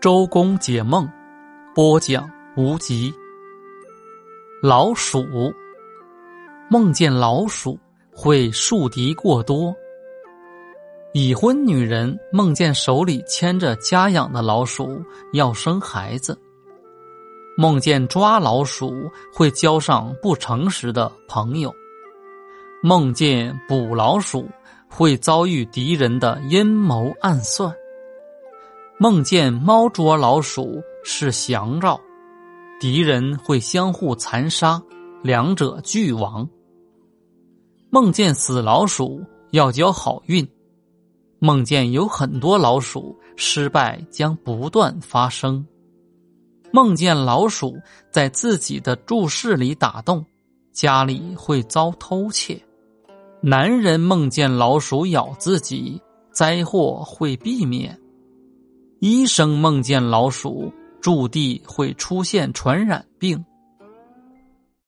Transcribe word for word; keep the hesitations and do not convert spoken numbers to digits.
周公解梦，播讲无极。老鼠，梦见老鼠会树敌过多。已婚女人梦见手里牵着家养的老鼠要生孩子。梦见抓老鼠会交上不诚实的朋友。梦见捕老鼠会遭遇敌人的阴谋暗算。梦见猫捉老鼠是祥兆，敌人会相互残杀，两者俱亡。梦见死老鼠要交好运。梦见有很多老鼠，失败将不断发生。梦见老鼠在自己的住室里打洞，家里会遭偷窃。男人梦见老鼠咬自己，灾祸会避免。医生梦见老鼠，驻地会出现传染病。